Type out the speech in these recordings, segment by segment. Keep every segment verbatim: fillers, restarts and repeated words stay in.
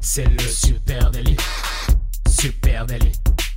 C'est le Super Daily. Super Daily.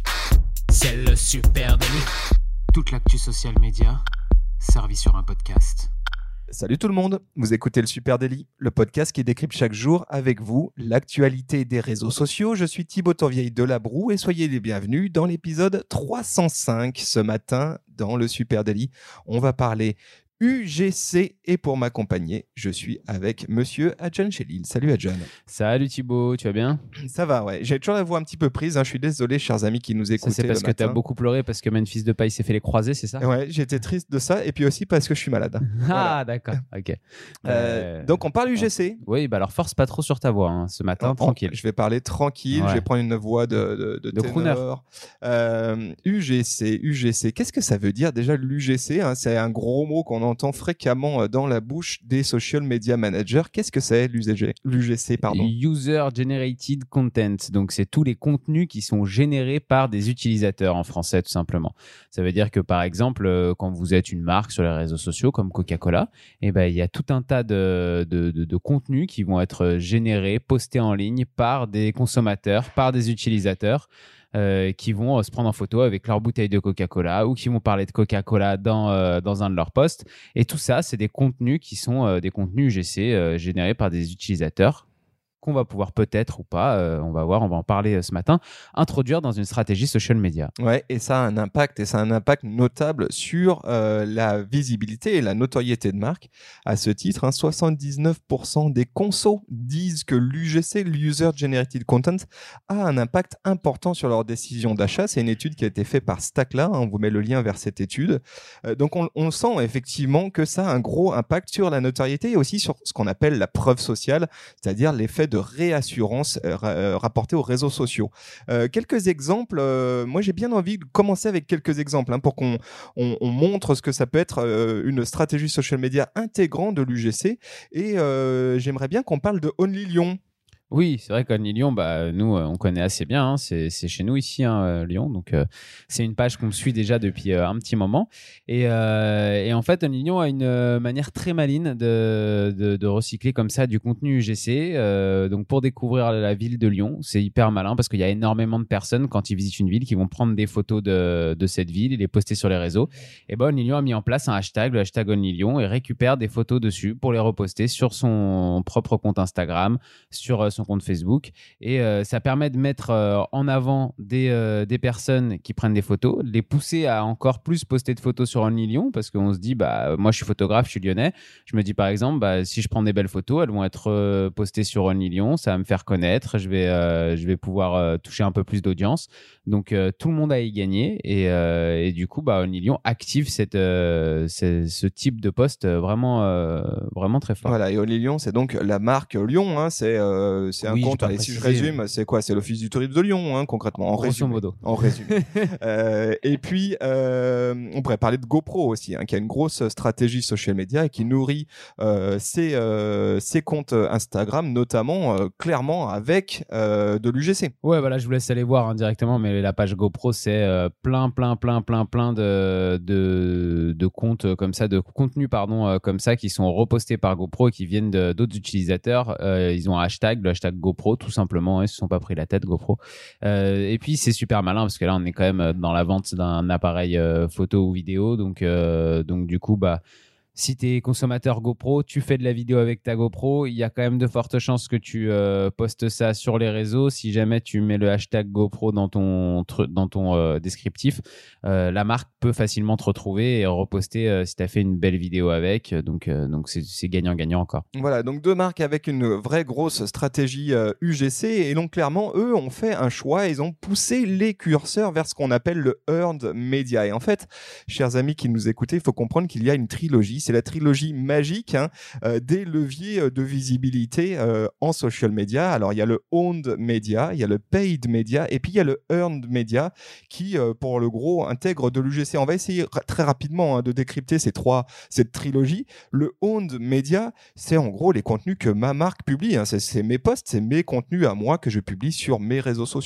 C'est le Super Daily. Toute l'actu social média servie sur un podcast. Salut tout le monde, vous écoutez le Super Daily, le podcast qui décrypte chaque jour avec vous l'actualité des réseaux sociaux. Je suis Thibaut Tourvieille de Labroue et soyez les bienvenus dans l'épisode trois cent cinq. Ce matin, dans le Super Daily, on va parler U G C et pour m'accompagner, je suis avec monsieur Adjan Chelil. Salut Adjan. Salut Thibaut, tu vas bien ? Ça va, ouais. J'ai toujours la voix un petit peu prise, hein. Je suis désolé, chers amis qui nous écoutent. Ça, c'est parce que tu as beaucoup pleuré parce que Memphis Depay s'est fait les croisés, c'est ça ? Ouais, j'étais triste de ça et puis aussi parce que je suis malade. Ah, voilà. D'accord, ok. Euh, Euh, donc on parle U G C. Oui, bah alors force pas trop sur ta voix hein, ce matin, Oh, tranquille. Je vais parler tranquille, Ouais. je vais prendre une voix de, de, de, De crooner. ténor. Euh, U G C, U G C, qu'est-ce que ça veut dire déjà l'U G C, hein, c'est un gros mot qu'on entend fréquemment dans la bouche des social media managers. Qu'est-ce que c'est l'U G C, pardon ? User Generated Content, donc c'est tous les contenus qui sont générés par des utilisateurs en français tout simplement. Ça veut dire que par exemple, euh, quand vous êtes une marque sur les réseaux sociaux comme Coca-Cola, eh ben, il y a tout un tas de, de, de, de contenus qui vont être générés, postés en ligne par des consommateurs, par des utilisateurs. Euh, qui vont euh, se prendre en photo avec leur bouteille de Coca-Cola ou qui vont parler de Coca-Cola dans, euh, dans un de leurs posts. Et tout ça, c'est des contenus qui sont euh, des contenus U G C euh, générés par des utilisateurs qu'on va pouvoir peut-être ou pas, euh, on va voir, on va en parler euh, ce matin, introduire dans une stratégie social media. Ouais, et ça a un impact, et ça a un impact notable sur euh, la visibilité et la notoriété de marque. À ce titre, hein, soixante-dix-neuf pour cent des consos disent que l'U G C, l'User Generated Content, a un impact important sur leur décision d'achat. C'est une étude qui a été faite par Stackla, hein, on vous met le lien vers cette étude. Euh, donc on, on sent effectivement que ça a un gros impact sur la notoriété et aussi sur ce qu'on appelle la preuve sociale, c'est-à-dire l'effet de de réassurance euh, euh, rapportée aux réseaux sociaux. Euh, quelques exemples, euh, moi j'ai bien envie de commencer avec quelques exemples hein, pour qu'on on, on montre ce que ça peut être euh, une stratégie social media intégrant de l'U G C et euh, j'aimerais bien qu'on parle de Only Lyon. Oui, c'est vrai qu'Only Lyon, bah, nous, euh, on connaît assez bien. Hein, c'est, c'est chez nous ici, hein, euh, Lyon. Donc, euh, c'est une page qu'on suit déjà depuis euh, un petit moment. Et, euh, et en fait, Only Lyon a une euh, manière très maligne de, de, de recycler comme ça du contenu U G C. Euh, donc, pour découvrir la ville de Lyon, c'est hyper malin parce qu'il y a énormément de personnes, quand ils visitent une ville, qui vont prendre des photos de, de cette ville et les poster sur les réseaux. Et ben, Only Lyon a mis en place un hashtag, le hashtag Only Lyon, et récupère des photos dessus pour les reposter sur son propre compte Instagram, sur son compte Facebook et euh, ça permet de mettre euh, en avant des, euh, des personnes qui prennent des photos, les pousser à encore plus poster de photos sur Only Lyon parce qu'on se dit bah moi je suis photographe, je suis lyonnais, je me dis par exemple bah, si je prends des belles photos, elles vont être euh, postées sur Only Lyon, ça va me faire connaître, je vais, euh, je vais pouvoir euh, toucher un peu plus d'audience, donc euh, tout le monde a y gagné et, euh, et du coup bah, Only Lyon active cette, euh, ce, ce type de post vraiment, euh, vraiment très fort. Voilà, et Only Lyon c'est donc la marque Lyon, hein, c'est euh, c'est un oui, compte, allez, si je résume, c'est quoi ? C'est l'Office du tourisme de Lyon, hein, concrètement, en Grosso résumé. modo. En résumé. euh, et puis, euh, on pourrait parler de GoPro aussi, hein, qui a une grosse stratégie social media et qui nourrit euh, ses, euh, ses comptes Instagram, notamment euh, clairement avec euh, de l'U G C. Ouais, voilà, je vous laisse aller voir hein, directement, mais la page GoPro, c'est euh, plein, plein, plein, plein, plein de, de, de comptes comme ça, de contenus, pardon, euh, comme ça, qui sont repostés par GoPro et qui viennent de, d'autres utilisateurs. Euh, ils ont un hashtag, le hashtag GoPro, tout simplement. Ils se sont pas pris la tête, GoPro. Euh, et puis, c'est super malin parce que là, on est quand même dans la vente d'un appareil euh, photo ou vidéo. Donc, euh, donc du coup, bah, si tu es consommateur GoPro, tu fais de la vidéo avec ta GoPro, il y a quand même de fortes chances que tu euh, postes ça sur les réseaux. Si jamais tu mets le hashtag GoPro dans ton, dans ton euh, descriptif, euh, la marque peut facilement te retrouver et reposter euh, si tu as fait une belle vidéo avec. Donc, euh, donc c'est, c'est gagnant-gagnant encore. Voilà, donc deux marques avec une vraie grosse stratégie euh, U G C. Et donc clairement, eux ont fait un choix. Ils ont poussé les curseurs vers ce qu'on appelle le Earned Media. Et en fait, chers amis qui nous écoutez, il faut comprendre qu'il y a une trilogie. C'est la trilogie magique hein, euh, des leviers de visibilité euh, en social media. Alors, il y a le Owned Media, il y a le Paid Media et puis il y a le Earned Media qui, euh, pour le gros, intègre de l'U G C. On va essayer r- très rapidement hein, de décrypter ces trois, cette trilogie. Le Owned Media, c'est en gros les contenus que ma marque publie. Hein. C'est, c'est mes posts, c'est mes contenus à moi que je publie sur mes réseaux sociaux.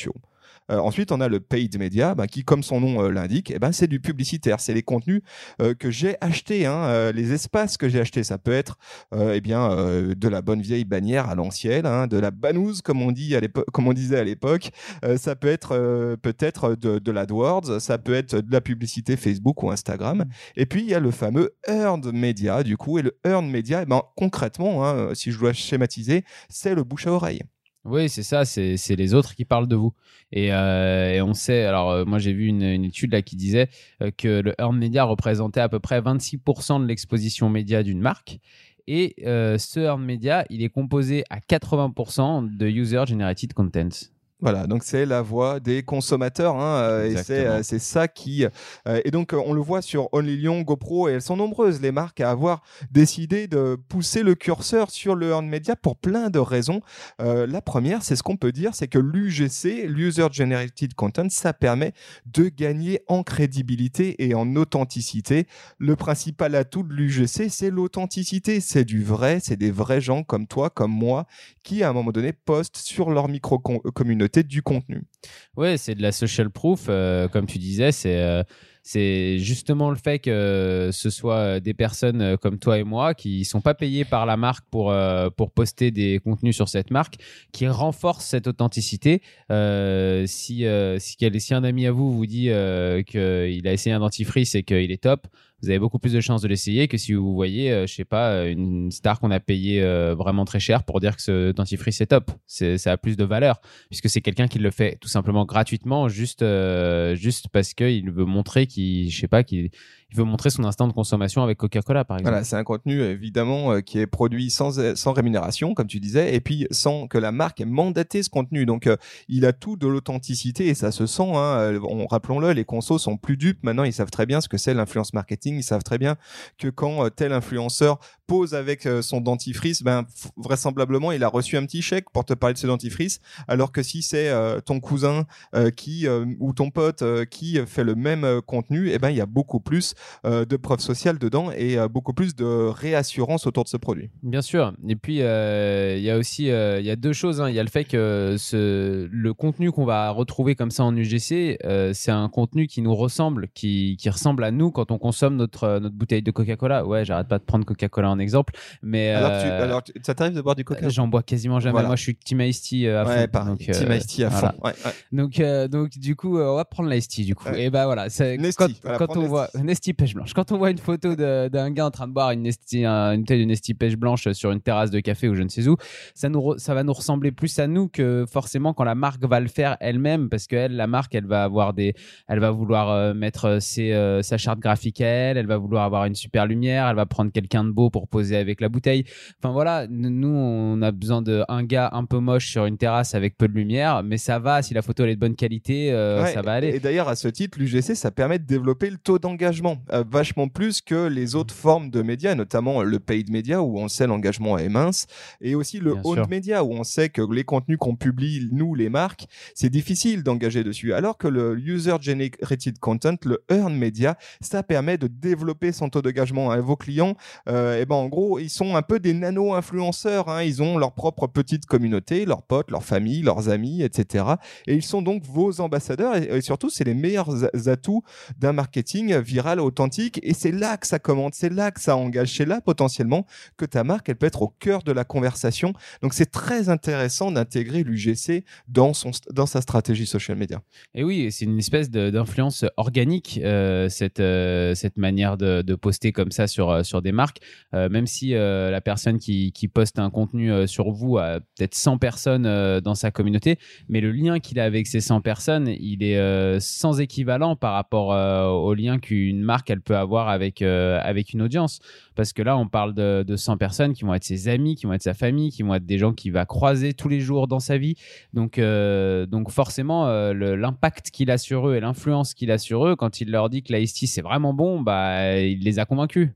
Euh, ensuite, on a le paid media, bah, qui, comme son nom euh, l'indique, eh ben, c'est du publicitaire. C'est les contenus euh, que j'ai achetés, hein, euh, les espaces que j'ai achetés. Ça peut être euh, eh bien, euh, de la bonne vieille bannière à l'ancienne, hein, de la banouse, comme on, dit à comme on disait à l'époque. Euh, ça peut être euh, peut-être de, de l'AdWords, ça peut être de la publicité Facebook ou Instagram. Et puis, il y a le fameux earned media, du coup. Et le earned media, eh ben, concrètement, hein, si je dois schématiser, c'est le bouche à oreille. Oui, c'est ça, c'est, c'est les autres qui parlent de vous. Et, euh, et on sait, alors euh, moi j'ai vu une, une étude là qui disait euh, que le earned media représentait à peu près vingt-six pour cent de l'exposition média d'une marque. Et euh, ce earned media, il est composé à quatre-vingts pour cent de user-generated content. Voilà, donc c'est la voix des consommateurs, hein, euh, et c'est, euh, c'est ça qui... Euh, et donc, euh, on le voit sur Only Lyon, GoPro, et elles sont nombreuses, les marques, à avoir décidé de pousser le curseur sur le earned media pour plein de raisons. Euh, la première, c'est ce qu'on peut dire, c'est que l'U G C, l'User Generated Content, ça permet de gagner en crédibilité et en authenticité. Le principal atout de l'U G C, c'est l'authenticité. C'est du vrai, c'est des vrais gens comme toi, comme moi, qui, à un moment donné, postent sur leur micro-communauté du contenu. Ouais, c'est de la social proof, euh, comme tu disais, c'est euh, c'est justement le fait que ce soit des personnes comme toi et moi qui sont pas payées par la marque pour euh, pour poster des contenus sur cette marque, qui renforce cette authenticité. Euh, si euh, si, si un ami à vous vous dit euh, qu'il a essayé un dentifrice et qu'il est top, vous avez beaucoup plus de chances de l'essayer que si vous voyez, euh, je sais pas, une star qu'on a payé euh, vraiment très cher pour dire que ce dentifrice est top. C'est, ça a plus de valeur puisque c'est quelqu'un qui le fait tout simplement gratuitement, juste, euh, juste parce qu'il veut montrer qu'il, je sais pas, qu'il il veut montrer son instinct de consommation avec Coca-Cola, par exemple. Voilà, c'est un contenu évidemment euh, qui est produit sans, sans rémunération, comme tu disais, et puis sans que la marque ait mandaté ce contenu. Donc, euh, il a tout de l'authenticité et ça se sent. Hein, on, rappelons-le, les consos sont plus dupes. Maintenant, ils savent très bien ce que c'est l'influence marketing. Ils savent très bien que quand euh, tel influenceur pose avec euh, son dentifrice, ben, f- vraisemblablement, il a reçu un petit chèque pour te parler de ce dentifrice. Alors que si c'est euh, ton cousin euh, qui euh, ou ton pote euh, qui fait le même euh, contenu, eh ben, il y a beaucoup plus Euh, de preuves sociales dedans et euh, beaucoup plus de réassurance autour de ce produit. Bien sûr. Et puis, il euh, y a aussi il euh, y a deux choses. Il hein. y a le fait que ce, le contenu qu'on va retrouver comme ça en U G C, euh, c'est un contenu qui nous ressemble, qui, qui ressemble à nous quand on consomme notre, notre bouteille de Coca-Cola. Ouais, j'arrête pas de prendre Coca-Cola en exemple. Mais, alors, euh, tu, alors tu, ça t'arrive de boire du Coca? J'en bois quasiment jamais. Voilà. Moi, je suis Team Ice Tea à fond. Ouais, pareil. Donc, Team euh, Ice Tea à voilà. fond. Ouais, ouais. Donc, euh, donc, du coup, euh, on va prendre l'Ice Tea, du coup. Ouais. Et ben voilà. C'est, Nesty, quand, voilà, quand on Nesty. voit Nesty pêche blanche, quand on voit une photo de, d'un gars en train de boire une, Nesty, un, une bouteille de Nesty pêche blanche sur une terrasse de café ou je ne sais où, ça, nous re, ça va nous ressembler plus à nous que forcément quand la marque va le faire elle-même, parce que elle, la marque, elle va avoir des, elle va vouloir euh, mettre ses, euh, sa charte graphique à elle, elle va vouloir avoir une super lumière, elle va prendre quelqu'un de beau pour poser avec la bouteille. Enfin voilà, nous on a besoin d'un gars un peu moche sur une terrasse avec peu de lumière, mais ça va, si la photo elle est de bonne qualité, euh, ouais, ça va aller. Et d'ailleurs, à ce titre, l'U G C, ça permet de développer le taux d'engagement euh, vachement plus que les autres formes de médias, notamment le paid media où on sait l'engagement est mince, et aussi le Bien owned sûr. media où on sait que les contenus qu'on publie, nous les marques, c'est difficile d'engager dessus. Alors que le user generated content, le earned media, ça permet de développer son taux d'engagement. Hein. Vos clients, euh, et ben en gros, ils sont un peu des nano-influenceurs. Hein. Ils ont leur propre petite communauté, leurs potes, leurs familles, leurs amis, et cetera. Et ils sont donc vos ambassadeurs et, et surtout, c'est les meilleurs atouts d'un marketing viral authentique. Et c'est là que ça commente, c'est là que ça engage, c'est là potentiellement que ta marque, elle peut être au cœur de la conversation. Donc, c'est très intéressant d'intégrer l'U G C dans, son, dans sa stratégie social media. Et oui, c'est une espèce de, d'influence organique, euh, cette, euh, cette manière de, de poster comme ça sur, sur des marques. Euh, même si euh, la personne qui, qui poste un contenu euh, sur vous a peut-être cent personnes euh, dans sa communauté, mais le lien qu'il a avec ces cent personnes, il est euh, sans équivalent par rapport euh, au lien qu'une marque elle peut avoir avec, euh, avec une audience. Parce que là, on parle de, de cent personnes qui vont être ses amis, qui vont être sa famille, qui vont être des gens qu'il va croiser tous les jours dans sa vie. Donc, euh, donc forcément, euh, le, l'impact qu'il a sur eux et l'influence qu'il a sur eux, quand il leur dit que l'Ice Tea, c'est vraiment bon, bah, il les a convaincus.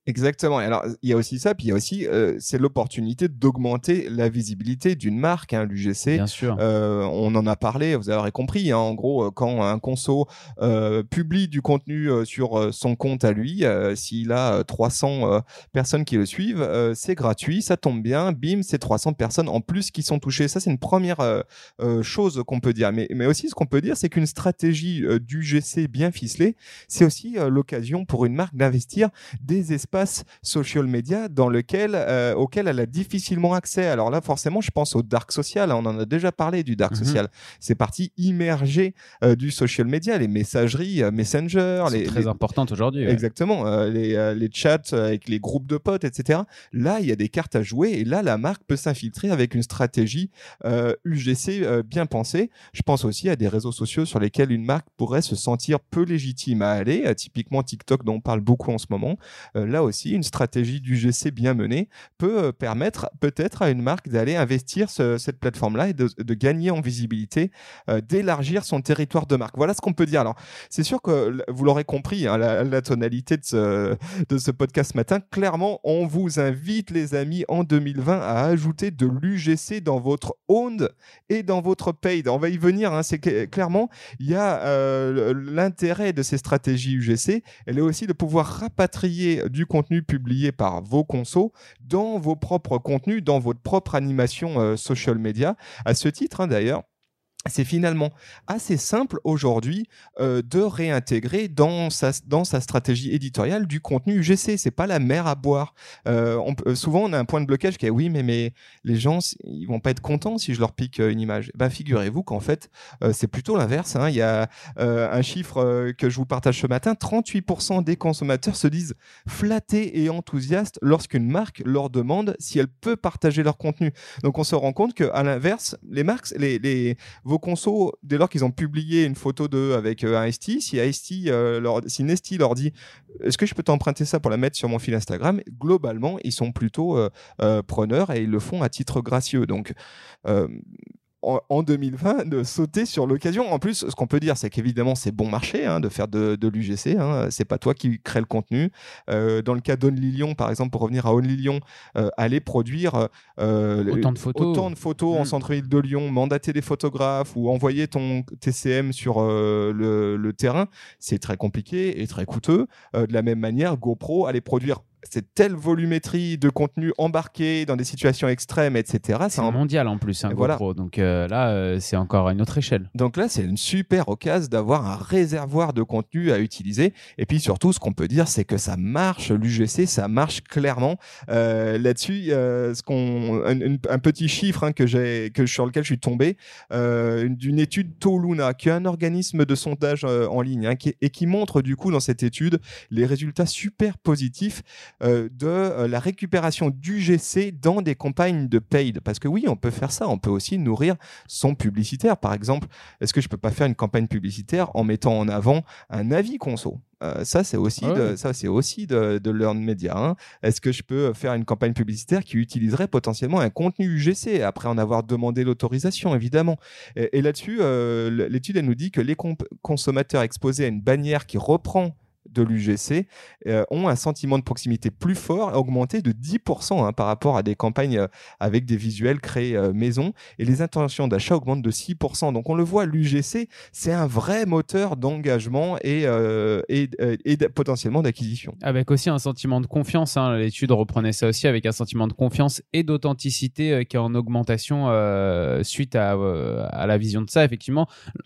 Exactement. Et alors, il y a aussi ça, puis il y a aussi, euh, c'est l'opportunité d'augmenter la visibilité d'une marque, hein, l'U G C. Bien sûr. Euh, on en a parlé, vous avez compris. Hein, en gros, quand un conso euh, publie du contenu euh, sur euh, son compte à lui, euh, s'il a euh, trois cents euh, personnes qui le suivent, euh, c'est gratuit, ça tombe bien, bim, c'est trois cents personnes en plus qui sont touchées. Ça, c'est une première euh, euh, chose qu'on peut dire. Mais, mais aussi, ce qu'on peut dire, c'est qu'une stratégie euh, d'U G C bien ficelée, c'est aussi euh, l'occasion pour une marque d'investir des espaces social media dans lequel, euh, auquel elle a difficilement accès. Alors là, forcément, je pense au dark social. On en a déjà parlé du dark mm-hmm. social. C'est partie immergée euh, du social media, les messageries, euh, Messenger. C'est les, très les... importante aujourd'hui. Ouais. Exactement. Euh, les, euh, les chats avec les groupes de potes, et cetera. Là, il y a des cartes à jouer et là, la marque peut s'infiltrer avec une stratégie euh, U G C euh, bien pensée. Je pense aussi à des réseaux sociaux sur lesquels une marque pourrait se sentir peu légitime à aller. Euh, typiquement TikTok, dont on parle beaucoup en ce moment. Euh, là aussi, une stratégie d'U G C bien menée peut euh, permettre peut-être à une marque d'aller investir ce, cette plateforme-là et de, de gagner en visibilité, euh, d'élargir son territoire de marque. Voilà ce qu'on peut dire. Alors, c'est sûr que vous l'aurez compris, hein, la, la tonalité de ce, de ce podcast ce matin, clairement, on vous invite, les amis, en deux mille vingt à ajouter de l'U G C dans votre owned et dans votre paid. On va y venir. Hein, c'est que, clairement, il y a euh, l'intérêt de ces stratégies U G C, elle est aussi de pouvoir rapatrier du contenu publié par vos consos dans vos propres contenus, dans votre propre animation euh, social media. À ce titre, hein, d'ailleurs, c'est finalement assez simple aujourd'hui euh, de réintégrer dans sa, dans sa stratégie éditoriale du contenu U G C. C'est pas la mer à boire. Euh, on, euh, souvent, on a un point de blocage qui est oui, mais, mais les gens, ils vont pas être contents si je leur pique euh, une image. Ben, figurez-vous qu'en fait, euh, c'est plutôt l'inverse. Hein. Il y a euh, un chiffre euh, que je vous partage ce matin. trente-huit pour cent des consommateurs se disent flattés et enthousiastes lorsqu'une marque leur demande si elle peut partager leur contenu. Donc, on se rend compte qu'à l'inverse, les marques, les, les vos consos, dès lors qu'ils ont publié une photo d'eux avec euh, un Esti, si, Esti, euh, leur, si Nesti leur dit « Est-ce que je peux t'emprunter ça pour la mettre sur mon fil Instagram ?» Globalement, ils sont plutôt euh, euh, preneurs et ils le font à titre gracieux. Donc, euh, en, en deux mille vingt, de sauter sur l'occasion. En plus, ce qu'on peut dire, c'est qu'évidemment, c'est bon marché hein, de faire de, de l'U G C. Hein. C'est pas toi qui crée le contenu. Euh, dans le cas d'Only Lyon, par exemple, pour revenir à Only Lyon, euh, aller produire euh, autant de photos, autant de photos mmh. en centre-ville de Lyon, mandater des photographes ou envoyer ton T C M sur euh, le, le terrain, c'est très compliqué et très coûteux. Euh, de la même manière, GoPro, aller produire cette telle volumétrie de contenu embarqué dans des situations extrêmes, et cetera. C'est un mondial en plus, hein, voilà. GoPro. Donc euh, là, euh, c'est encore à une autre échelle. Donc là, c'est une super occasion d'avoir un réservoir de contenu à utiliser. Et puis surtout, ce qu'on peut dire, c'est que ça marche. L'U G C, ça marche clairement. Euh, là-dessus, euh, ce qu'on, un, un petit chiffre hein, que j'ai, que sur lequel je suis tombé, euh, d'une étude Toluna, qui est un organisme de sondage euh, en ligne, hein, qui, et qui montre du coup dans cette étude les résultats super positifs Euh, de euh, la récupération d'U G C dans des campagnes de paid. Parce que oui, on peut faire ça. On peut aussi nourrir son publicitaire. Par exemple, est-ce que je peux pas faire une campagne publicitaire en mettant en avant un avis conso ? Euh, ça, c'est aussi, ouais. de, ça, c'est aussi de, de l'earned media. Hein. Est-ce que je peux faire une campagne publicitaire qui utiliserait potentiellement un contenu U G C après en avoir demandé l'autorisation, évidemment. Et, et là-dessus, euh, l'étude, elle nous dit que les comp- consommateurs exposés à une bannière qui reprend de l'U G C euh, ont un sentiment de proximité plus fort, augmenté de dix pour cent hein, par rapport à des campagnes euh, avec des visuels créés euh, maison, et les intentions d'achat augmentent de six pour cent. Donc on le voit, l'U G C, c'est un vrai moteur d'engagement et, euh, et, et, et potentiellement d'acquisition. Avec aussi un sentiment de confiance, hein. L'étude reprenait ça aussi, avec un sentiment de confiance et d'authenticité euh, qui est en augmentation euh, suite à, euh, à la vision de ça, effectivement.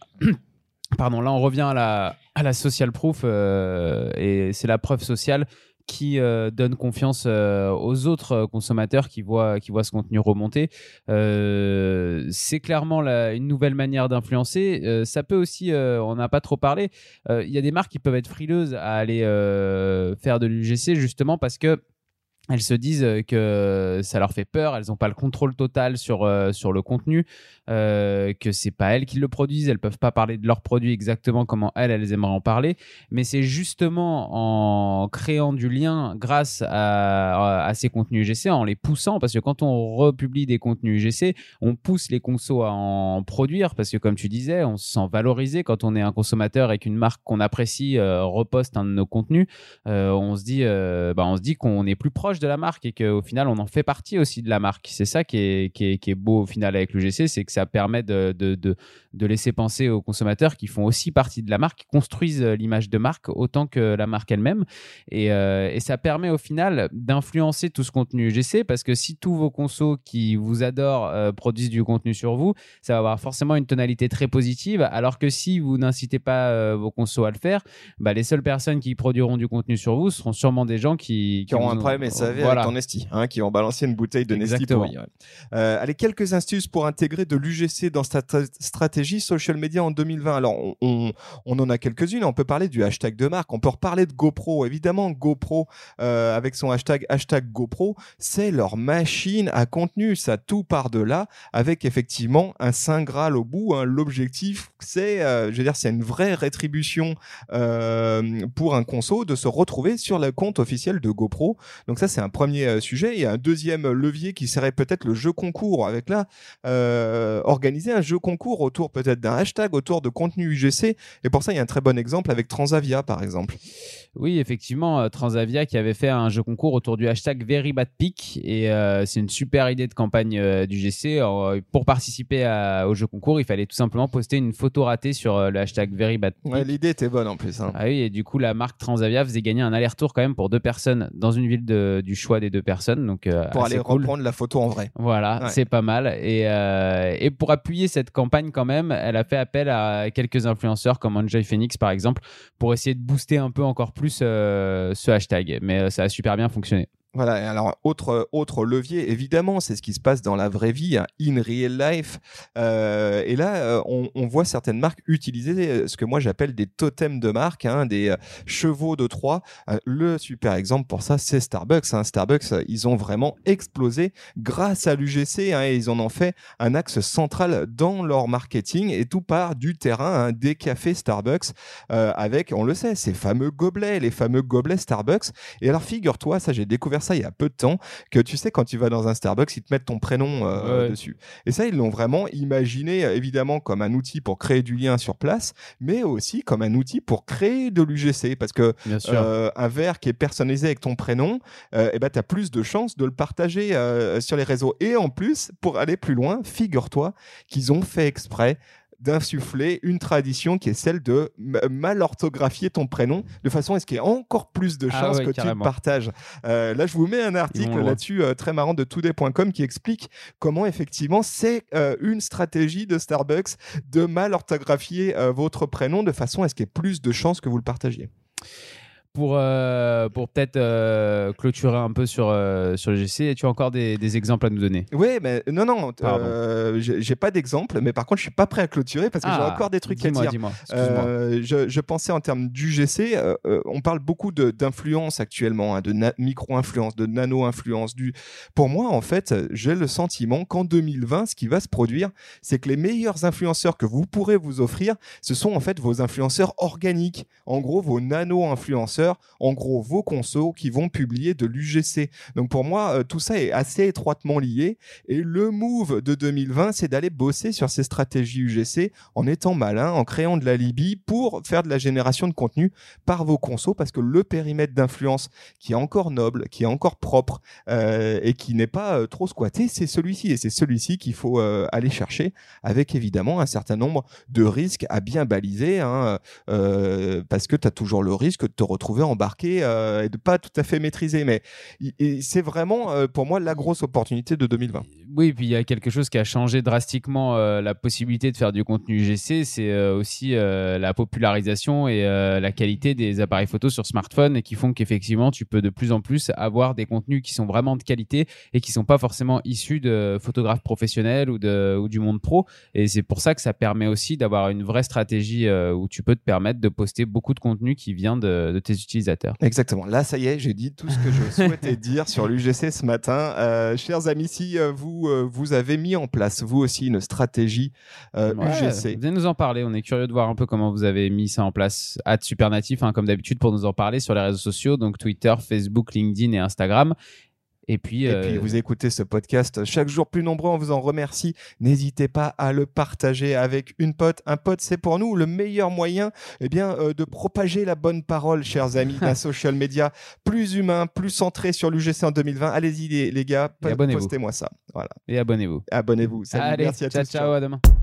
Pardon, là on revient à la, à la social proof euh, et c'est la preuve sociale qui euh, donne confiance euh, aux autres consommateurs qui voient, qui voient ce contenu remonter. Euh, c'est clairement la, une nouvelle manière d'influencer. Euh, ça peut aussi, euh, on n'a pas trop parlé, il euh, y a des marques qui peuvent être frileuses à aller euh, faire de l'U G C justement parce que elles se disent que ça leur fait peur, elles n'ont pas le contrôle total sur, euh, sur le contenu, euh, que c'est pas elles qui le produisent, elles peuvent pas parler de leur produit exactement comment elles, elles aimeraient en parler, mais c'est justement en créant du lien grâce à, à ces contenus U G C, en les poussant, parce que quand on republie des contenus U G C, on pousse les consos à en produire, parce que comme tu disais, on se sent valorisé quand on est un consommateur et qu'une marque qu'on apprécie euh, reposte un de nos contenus, euh, on se dit, euh, bah, on se dit qu'on est plus proche de la marque et qu'au final on en fait partie aussi de la marque. C'est ça qui est, qui est, qui est beau au final avec l'U G C, c'est que ça permet de, de, de, de laisser penser aux consommateurs qui font aussi partie de la marque, qui construisent l'image de marque autant que la marque elle-même, et, euh, et ça permet au final d'influencer tout ce contenu U G C, parce que si tous vos consos qui vous adorent euh, produisent du contenu sur vous, ça va avoir forcément une tonalité très positive, alors que si vous n'incitez pas euh, vos consos à le faire, bah, les seules personnes qui produiront du contenu sur vous seront sûrement des gens qui, qui, qui auront un problème S A V voilà. avec ton Nesti, hein, qui vont balancer une bouteille de Nesti pourrie. Ouais. Euh, allez, quelques astuces pour intégrer de l'U G C dans sa tra- stratégie social media en deux mille vingt. Alors, on, on, on en a quelques-unes. On peut parler du hashtag de marque. On peut reparler de GoPro. Évidemment, GoPro, euh, avec son hashtag, hashtag GoPro, c'est leur machine à contenu. Ça tout part de là, avec effectivement un saint graal au bout. Hein. L'objectif, c'est, euh, je veux dire, c'est une vraie rétribution euh, pour un conso de se retrouver sur le compte officiel de GoPro. Donc ça, c'est un premier euh, sujet. Et un deuxième levier qui serait peut-être le jeu concours. Avec là, euh, organiser un jeu concours autour peut-être d'un hashtag, autour de contenu U G C. Et pour ça, il y a un très bon exemple avec Transavia, par exemple. Oui, effectivement, Transavia qui avait fait un jeu concours autour du hashtag VeryBadPic. Et euh, c'est une super idée de campagne euh, d'U G C. Alors, pour participer à, au jeu concours, il fallait tout simplement poster une photo ratée sur euh, le hashtag VeryBadPic. Ouais, l'idée était bonne en plus. Hein. Ah oui, et du coup, la marque Transavia faisait gagner un aller-retour quand même pour deux personnes dans une ville de, du choix des deux personnes. Donc, euh, pour aller cool. reprendre la photo en vrai. Voilà, ouais. C'est pas mal. Et, euh, et pour appuyer cette campagne quand même, elle a fait appel à quelques influenceurs comme Enjoy Phoenix par exemple, pour essayer de booster un peu encore plus euh, ce hashtag. Mais euh, ça a super bien fonctionné. Voilà, alors autre, autre levier, évidemment, c'est ce qui se passe dans la vraie vie, hein, in real life. Euh, et là, euh, on, on voit certaines marques utiliser ce que moi j'appelle des totems de marque, hein, des euh, chevaux de Troie. Euh, le super exemple pour ça, c'est Starbucks. Hein. Starbucks, ils ont vraiment explosé grâce à l'U G C, hein, et ils en ont fait un axe central dans leur marketing, et tout part du terrain, hein, des cafés Starbucks, euh, avec, on le sait, ces fameux gobelets, les fameux gobelets Starbucks. Et alors, figure-toi, ça j'ai découvert ça il y a peu de temps, que tu sais, quand tu vas dans un Starbucks, ils te mettent ton prénom euh, ouais. dessus. Et ça, ils l'ont vraiment imaginé, évidemment, comme un outil pour créer du lien sur place, mais aussi comme un outil pour créer de l'U G C. Parce que euh, un verre qui est personnalisé avec ton prénom, euh, eh ben, tu as plus de chances de le partager euh, sur les réseaux. Et en plus, pour aller plus loin, figure-toi qu'ils ont fait exprès d'insuffler une tradition qui est celle de m- mal orthographier ton prénom de façon à ce qu'il y ait encore plus de chances ah ouais, que carrément. Tu le partages. Euh, là, je vous mets un article là-dessus euh, très marrant de today point com qui explique comment effectivement c'est euh, une stratégie de Starbucks de mal orthographier euh, votre prénom de façon à ce qu'il y ait plus de chances que vous le partagiez. Pour, euh, pour peut-être euh, clôturer un peu sur, euh, sur le G C, tu as encore des, des exemples à nous donner? Oui, mais non, non, euh, j'ai, j'ai pas d'exemple, mais par contre, je suis pas prêt à clôturer parce que ah, j'ai encore des trucs dis-moi, à dire. Dis-moi, excuse-moi. Euh, je, je pensais en termes d'U G C, euh, euh, on parle beaucoup de, d'influence actuellement, hein, de na- micro-influence, de nano-influence. Du... Pour moi, en fait, j'ai le sentiment qu'en deux mille vingt, ce qui va se produire, c'est que les meilleurs influenceurs que vous pourrez vous offrir, ce sont en fait vos influenceurs organiques, en gros vos nano-influenceurs, en gros vos consos qui vont publier de l'U G C. Donc pour moi, euh, tout ça est assez étroitement lié, et le move de deux mille vingt, c'est d'aller bosser sur ces stratégies U G C en étant malin, en créant de la Libye pour faire de la génération de contenu par vos consos, parce que le périmètre d'influence qui est encore noble, qui est encore propre euh, et qui n'est pas euh, trop squatté, c'est celui-ci, et c'est celui-ci qu'il faut euh, aller chercher, avec évidemment un certain nombre de risques à bien baliser, hein, euh, parce que tu as toujours le risque de te retrouver embarqué euh, et de pas tout à fait maîtriser, mais et c'est vraiment euh, pour moi la grosse opportunité de deux mille vingt. Oui, puis il y a quelque chose qui a changé drastiquement euh, la possibilité de faire du contenu U G C, c'est euh, aussi euh, la popularisation et euh, la qualité des appareils photo sur smartphone, et qui font qu'effectivement tu peux de plus en plus avoir des contenus qui sont vraiment de qualité et qui sont pas forcément issus de photographes professionnels ou, de, ou du monde pro, et c'est pour ça que ça permet aussi d'avoir une vraie stratégie euh, où tu peux te permettre de poster beaucoup de contenu qui vient de, de tes utilisateurs. Exactement. Là, ça y est, j'ai dit tout ce que je souhaitais dire sur l'U G C ce matin. Euh, chers amis, si euh, vous, euh, vous avez mis en place, vous aussi, une stratégie euh, Ouais, U G C. Venez nous en parler. On est curieux de voir un peu comment vous avez mis ça en place. At Supernatif, hein, comme d'habitude, pour nous en parler sur les réseaux sociaux, donc Twitter, Facebook, LinkedIn et Instagram. Et puis, Et euh... puis, vous écoutez ce podcast chaque jour plus nombreux, on vous en remercie. N'hésitez pas à le partager avec une pote. Un pote, c'est pour nous le meilleur moyen eh bien, euh, de propager la bonne parole, chers amis, d'un social media plus humain, plus centré sur l'U G C en deux mille vingt. Allez-y, les, les gars, postez-moi ça. Voilà. Et abonnez-vous. Abonnez-vous. Salut, Allez, merci à ciao, tous. ciao, à demain.